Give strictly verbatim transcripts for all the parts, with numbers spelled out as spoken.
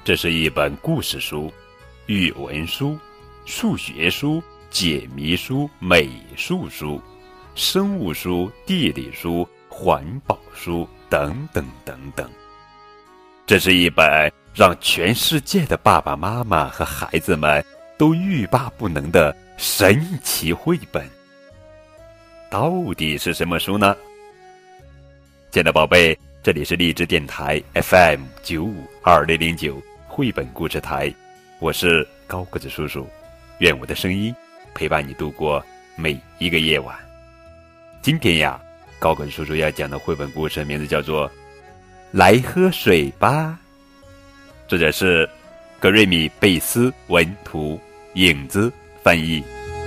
这是一本故事书、语文书、数学书、解谜书、美术书、生物书、地理书、环保书等等等等。这是一本让全世界的爸爸妈妈和孩子们都欲罢不能的神奇绘本。到底是什么书呢？亲爱的宝贝，这里是荔枝电台 F M 九五二零零九绘本故事台，我是高个子叔叔，愿我的声音陪伴你度过每一个夜晚。今天呀，高个子叔叔要讲的绘本故事名字叫做《来喝水吧》，作者是格瑞米·贝斯文图，影子翻译。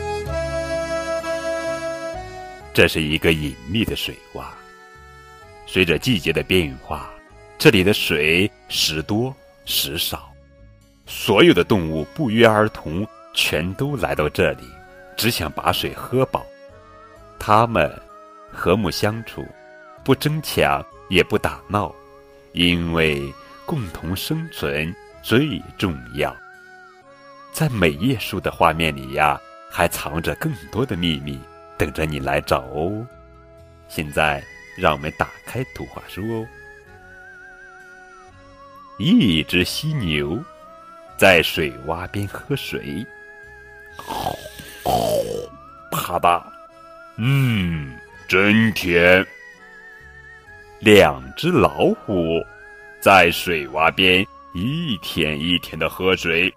这是一个隐秘的水洼，随着季节的变化，这里的水时多时少，所有的动物不约而同全都来到这里，只想把水喝饱。它们和睦相处，不争抢也不打闹，因为共同生存最重要。在每页书的画面里呀，还藏着更多的秘密等着你来找哦。现在让我们打开图画书哦。一只犀牛在水洼边喝水，啪嗒，嗯，真甜。两只老虎在水洼边一舔一舔地喝水，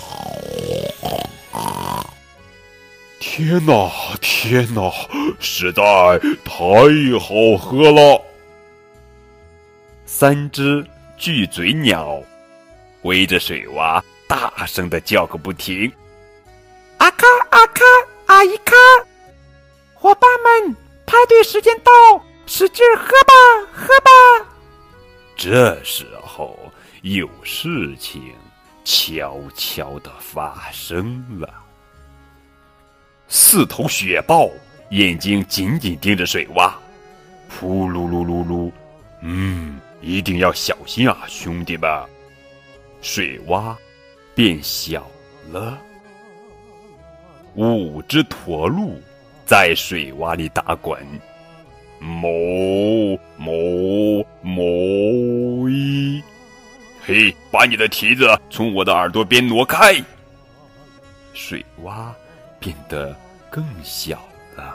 天哪，天哪，实在太好喝了！三只巨嘴鸟围着水洼大声地叫个不停， 阿卡阿卡阿伊卡，伙伴们，派对时间到，使劲喝吧喝吧！ 这时候有事情悄悄地发生了。四头雪豹眼睛紧紧盯着水洼，噗噜噜噜噜，嗯，一定要小心啊，兄弟们！水洼变小了。五只驼鹿在水洼里打滚，哞哞哞一，嘿，把你的蹄子从我的耳朵边挪开！水洼变得更小了。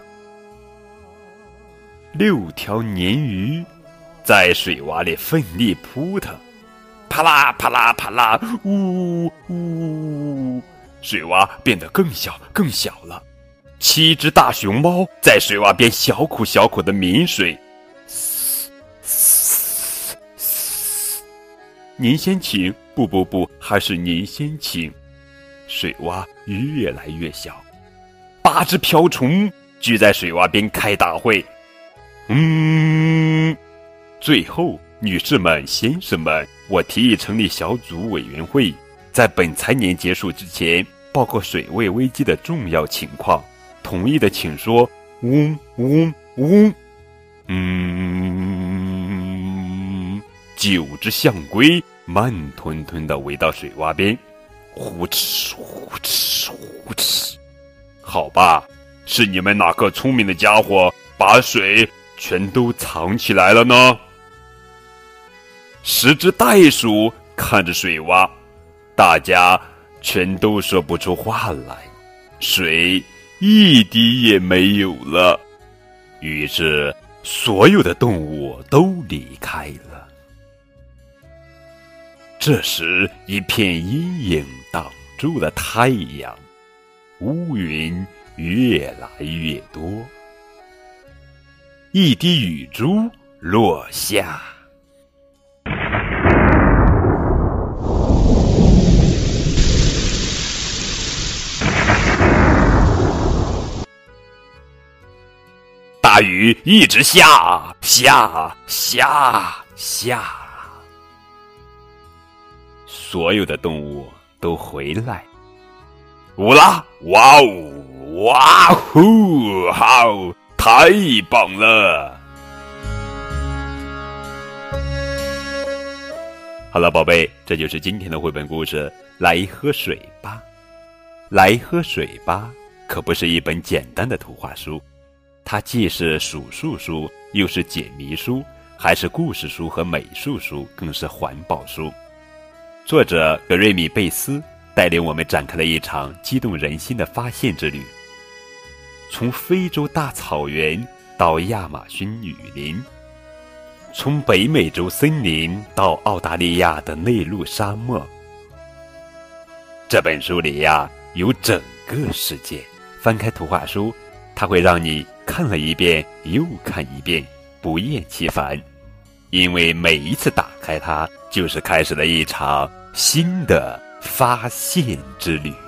六条鲶鱼在水洼里奋力扑腾，啪啦啪啦啪啦，呜呜，水洼变得更小更小了。七只大熊猫在水洼边小口小口的抿水，嘶嘶嘶，您先请，不不不，还是您先请。水洼越来越小。八只瓢虫聚在水洼边开大会，嗯，最后，女士们、先生们，我提议成立小组委员会，在本财年结束之前报告水位危机的重要情况。同意的请说嗡嗡嗡。嗯，九只象龟慢吞吞地围到水洼边，呼哧呼哧呼哧。好吧，是你们哪个聪明的家伙把水全都藏起来了呢？十只袋鼠看着水洼，大家全都说不出话来，水一滴也没有了。于是所有的动物都离开了。这时一片阴影挡住了太阳，乌云越来越多，一滴雨珠落下。大雨一直下下下下，所有的动物都回来。乌拉，哇哦，哇呼，好，太棒了！ 好了，宝贝，这就是今天的绘本故事，来喝水吧。来喝水吧可不是一本简单的图画书，它既是数数书，又是解谜书，还是故事书和美术书，更是环保书。作者格瑞米贝斯带领我们展开了一场激动人心的发现之旅，从非洲大草原到亚马逊雨林，从北美洲森林到澳大利亚的内陆沙漠。这本书里呀，有整个世界。翻开图画书，它会让你看了一遍又看一遍，不厌其烦，因为每一次打开它，就是开始了一场新的发现之旅。